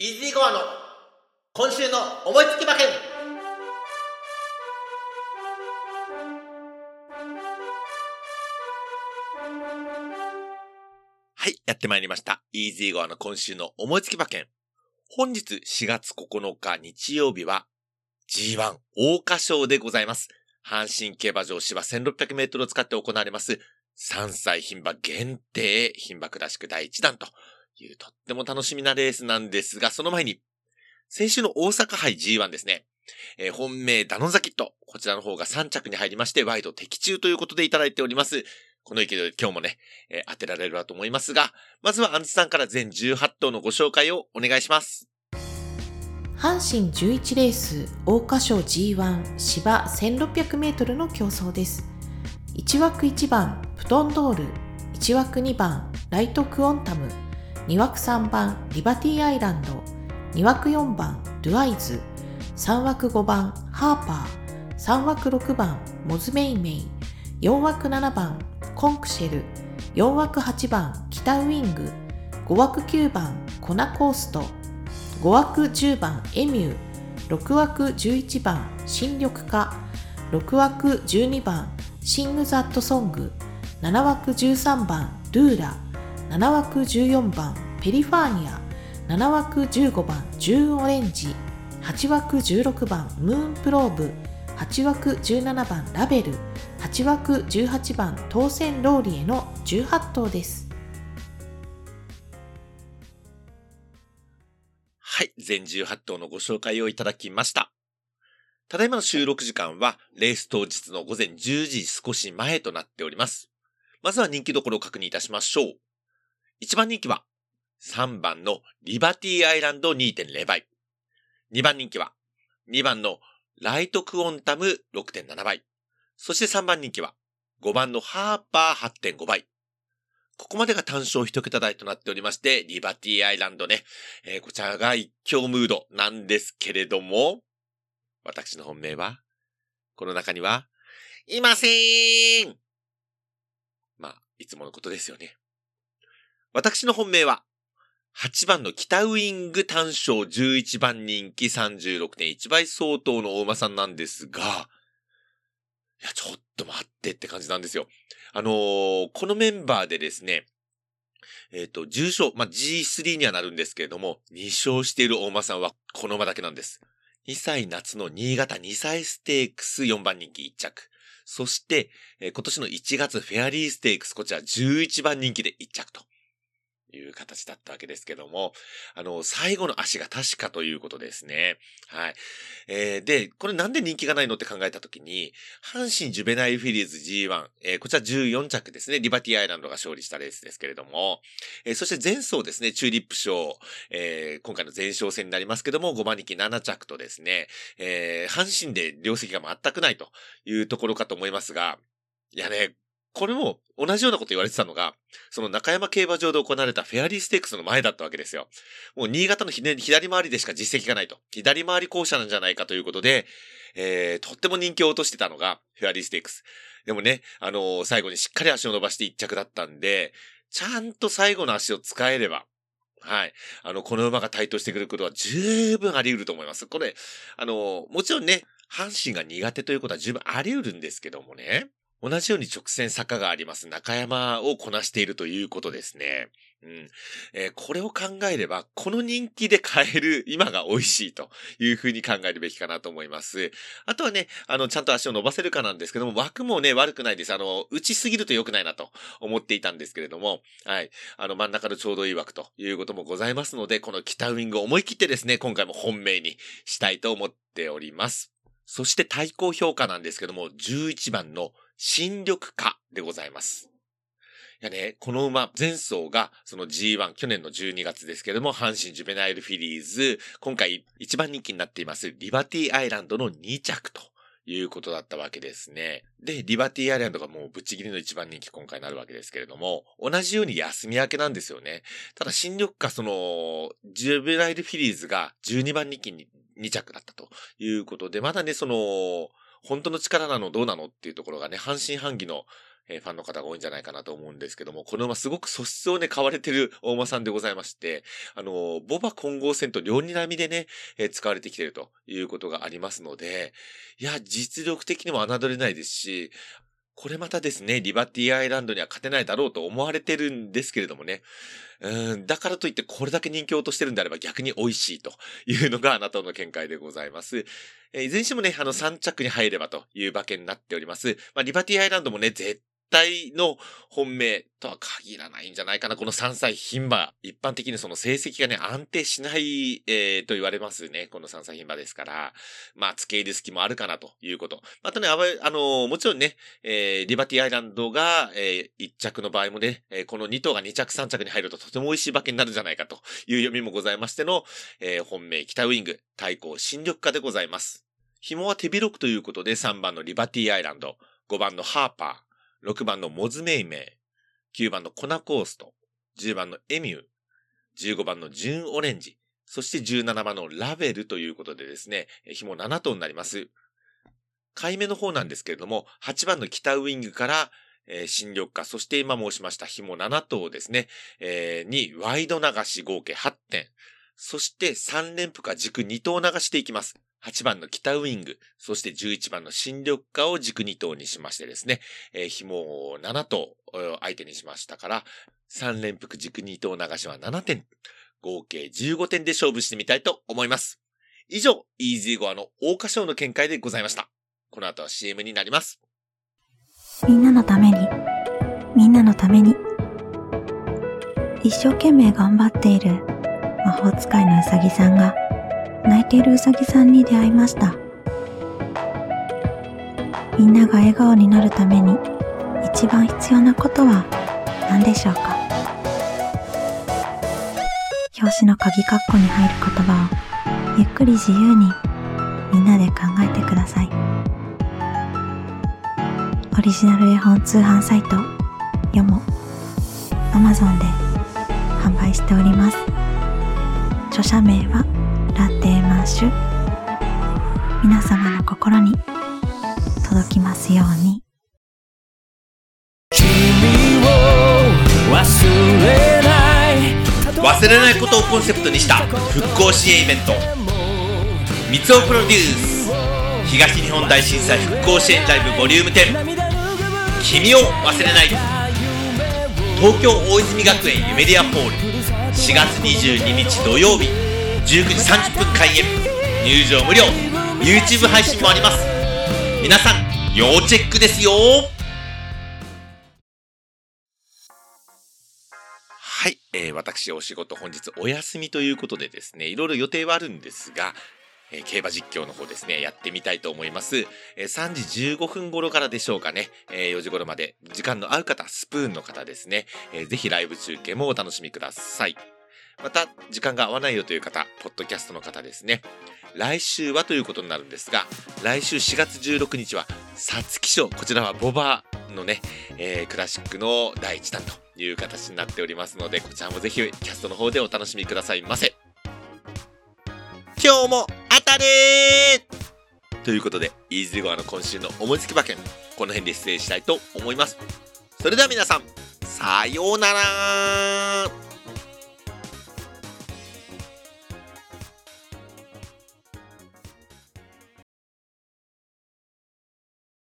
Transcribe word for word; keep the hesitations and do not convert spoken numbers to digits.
イージーゴアの今週の思いつき馬券。はい、やってまいりました。イージーゴアの今週の思いつき馬券。本日しがつここのか日曜日は ジーワン 桜花賞でございます。阪神競馬場芝せんろっぴゃくメートルを使って行われますさんさい牝馬限定牝馬クラシックだいいちだんというとっても楽しみなレースなんですが、その前に先週の大阪杯 ジーワン ですね。えー、本命ダノンザキット。こちらの方がさん着に入りまして、ワイド的中ということでいただいております。この勢いで今日もね、えー、当てられるわと思いますが、まずはアンズさんから全じゅうはち頭のご紹介をお願いします。 阪神じゅういちレース桜花賞 ジーワン 芝せんろっぴゃくメートルの競争です。いち枠いちばんプトンドール、いち枠にばんライトクオンタム、に枠さんばんリバティアイランド、に枠よんばんドゥアイズ、さん枠ごばんハーパー、さん枠ろくばんモズメイメイ、よん枠ななばんコンクシェル、よん枠はちばん北ウィング、ご枠きゅうばんコナコースト、ご枠じゅうばんエミュー、ろく枠じゅういちばん新緑化、ろく枠じゅうにばんシングザットソング、なな枠じゅうさんばんルーラ、なな枠じゅうよんばんペリファーニア、なな枠じゅうごばんジューンオレンジ、はち枠じゅうろくばんムーンプローブ、はち枠じゅうななばんラベル、はち枠じゅうはちばん当選ローリエのじゅうはち頭です。 はい、全じゅうはち頭のご紹介をいただきました。ただいまの収録時間はレース当日のごぜんじゅうじ少し前となっております。まずは人気どころを確認いたしましょう。いちばん人気はさんばんのリバティアイランド にてんゼロ 倍。にばん人気はにばんのライトクオンタム ろくてんなな 倍。そしてさんばん人気はごばんのハーパー はってんご 倍。ここまでが単勝一桁台となっておりまして、リバティアイランドね、えー、こちらが一強ムードなんですけれども、私の本命は、この中には、いませーん。まあ、いつものことですよね。私の本命は、はちばんの北ウィング単勝じゅういちばん人気 さんじゅうろくてんいち 倍相当の大馬さんなんですが、いや、ちょっと待ってって感じなんですよ。あのー、このメンバーでですね、えっと、重賞、まあ、ジースリー にはなるんですけれども、に勝している大馬さんはこの馬だけなんです。にさい夏の新潟にさいステークスよんばん人気いっ着。そして、えー、今年のいちがつフェアリーステークス、こちらじゅういちばん人気でいっ着という形だったわけですけども、あの、最後の足が確かということですね。はい。えー、で、これなんで人気がないのって考えたときに、阪神ジュベナイルフィリーズ ジーワン、えー、こちらじゅうよん着ですね。リバティアイランドが勝利したレースですけれども、えー、そして前走ですね、チューリップ賞、えー、今回の前哨戦になりますけども、ごばん人気なな着とですね、えー、阪神で両席が全くないというところかと思いますが、いやね、これも同じようなこと言われてたのが、その中山競馬場で行われたフェアリーステークスの前だったわけですよ。もう新潟の左回りでしか実績がないと。左回り校舎なんじゃないかということで、えー、とっても人気を落としてたのがフェアリーステークス。でもね、あのー、最後にしっかり足を伸ばして一着だったんで、ちゃんと最後の足を使えれば、はい。あの、この馬が台頭してくることは十分あり得ると思います。これ、あのー、もちろんね、阪神が苦手ということは十分あり得るんですけどもね。同じように直線坂があります中山をこなしているということですね。うん。えー、これを考えれば、この人気で買える今が美味しいというふうに考えるべきかなと思います。あとはね、あの、ちゃんと足を伸ばせるかなんですけども、枠もね、悪くないです。あの、打ちすぎると良くないなと思っていたんですけれども、はい。あの、真ん中のちょうどいい枠ということもございますので、この北ウィングを思い切ってですね、今回も本命にしたいと思っております。そして対抗評価なんですけども、じゅういちばんの新緑化でございます。いやね、この馬、前走がその ジーワン、去年のじゅうにがつですけども、阪神ジュベナイルフィリーズ、今回一番人気になっています、リバティアイランドのに着ということだったわけですね。で、リバティアイランドがもうぶっちぎりの一番人気今回になるわけですけれども、同じように休み明けなんですよね。ただ新緑化、その、ジュベナイルフィリーズがじゅうにばん人気にに着だったということで、まだね、その、本当の力なのどうなのっていうところがね、半信半疑のえー、ファンの方が多いんじゃないかなと思うんですけども、この馬すごく素質をね、買われてるお馬さんでございまして、あのー、ボバ混合戦と両にらみでね、えー、使われてきているということがありますので、いや、実力的にも侮れないですし、これまたですね、リバティアイランドには勝てないだろうと思われてるんですけれどもね。うん、だからといってこれだけ人気を落としてるんであれば逆に美味しいというのがあなたの見解でございます。えー、いずれにしてもね、あのさん着に入ればという馬券になっております。まあ、リバティアイランドもね、絶対の本命とは限らないんじゃないかな。このさんさい牝馬。一般的にその成績がね、安定しない、えー、と言われますね。このさんさい牝馬ですから。まあ、付け入る隙もあるかなということ。あとね、あ, あのー、もちろんね、えー、リバティアイランドが、えー、いっ着の場合もね、えー、このに頭がに着さん着に入るととても美味しい馬券になるんじゃないかという読みもございましての、えー、本命北ウィング、対抗新緑化でございます。紐は手広くということでさんばんのリバティアイランド、ごばんのハーパー、ろくばんのモズメイメイ、きゅうばんのコナコースト、じゅうばんのエミュー、じゅうごばんのジューンオレンジ、そしてじゅうななばんのラベルということでですね、紐なな頭になります。買い目の方なんですけれども、はちばんの北ウィングから、えー、新緑化、そして今申しました紐なな頭ですね、えー、にワイド流し合計はちてん、そしてさん連符か軸に頭流していきます。はちばんの北ウィング、そしてじゅういちばんの新緑化を軸に頭にしましてですね、えー、紐をなな頭相手にしましたから、さん連複軸に頭流しはななてん、合計じゅうごてんで勝負してみたいと思います。以上、イージーゴアの桜花賞の見解でございました。この後は シーエム になります。 みんなのために、みんなのために。一生懸命頑張っている魔法使いのうさぎさんが、泣いているうさぎさんに出会いました。みんなが笑顔になるために一番必要なことは何でしょうか。表紙の鍵括弧に入る言葉をゆっくり自由にみんなで考えてください。オリジナル絵本通販サイトヨモ、Amazon で販売しております。著者名はラテマシュ。皆様の心に届きますように。 君を忘れない忘れないことをコンセプトにした復興支援イベント、三尾プロデュース東日本大震災復興支援ライブボリュームテン、君を忘れない。東京大泉学園ユメリアホール、しがつにじゅうににち土曜日じゅうくじさんじゅっぷん開演、入場無料、 YouTube 配信もあります。皆さん要チェックですよ。はい、えー、私お仕事本日お休みということでですね、いろいろ予定はあるんですが、えー、競馬実況の方ですね、やってみたいと思います。えー、さんじじゅうごふん頃からでしょうかね、えー、よじ頃まで時間の合う方、スプーンの方ですね、えー、ぜひライブ中継もお楽しみください。また時間が合わないよという方、ポッドキャストの方ですね、来週はということになるんですが、来週しがつじゅうろくにちは皐月賞、こちらはボバのね、えー、クラシックのだいいちだんという形になっておりますので、こちらもぜひキャストの方でお楽しみくださいませ。今日も当たれーということで、イージーゴアの今週の思いつき馬券、この辺で失礼したいと思います。それでは皆さん、さようなら。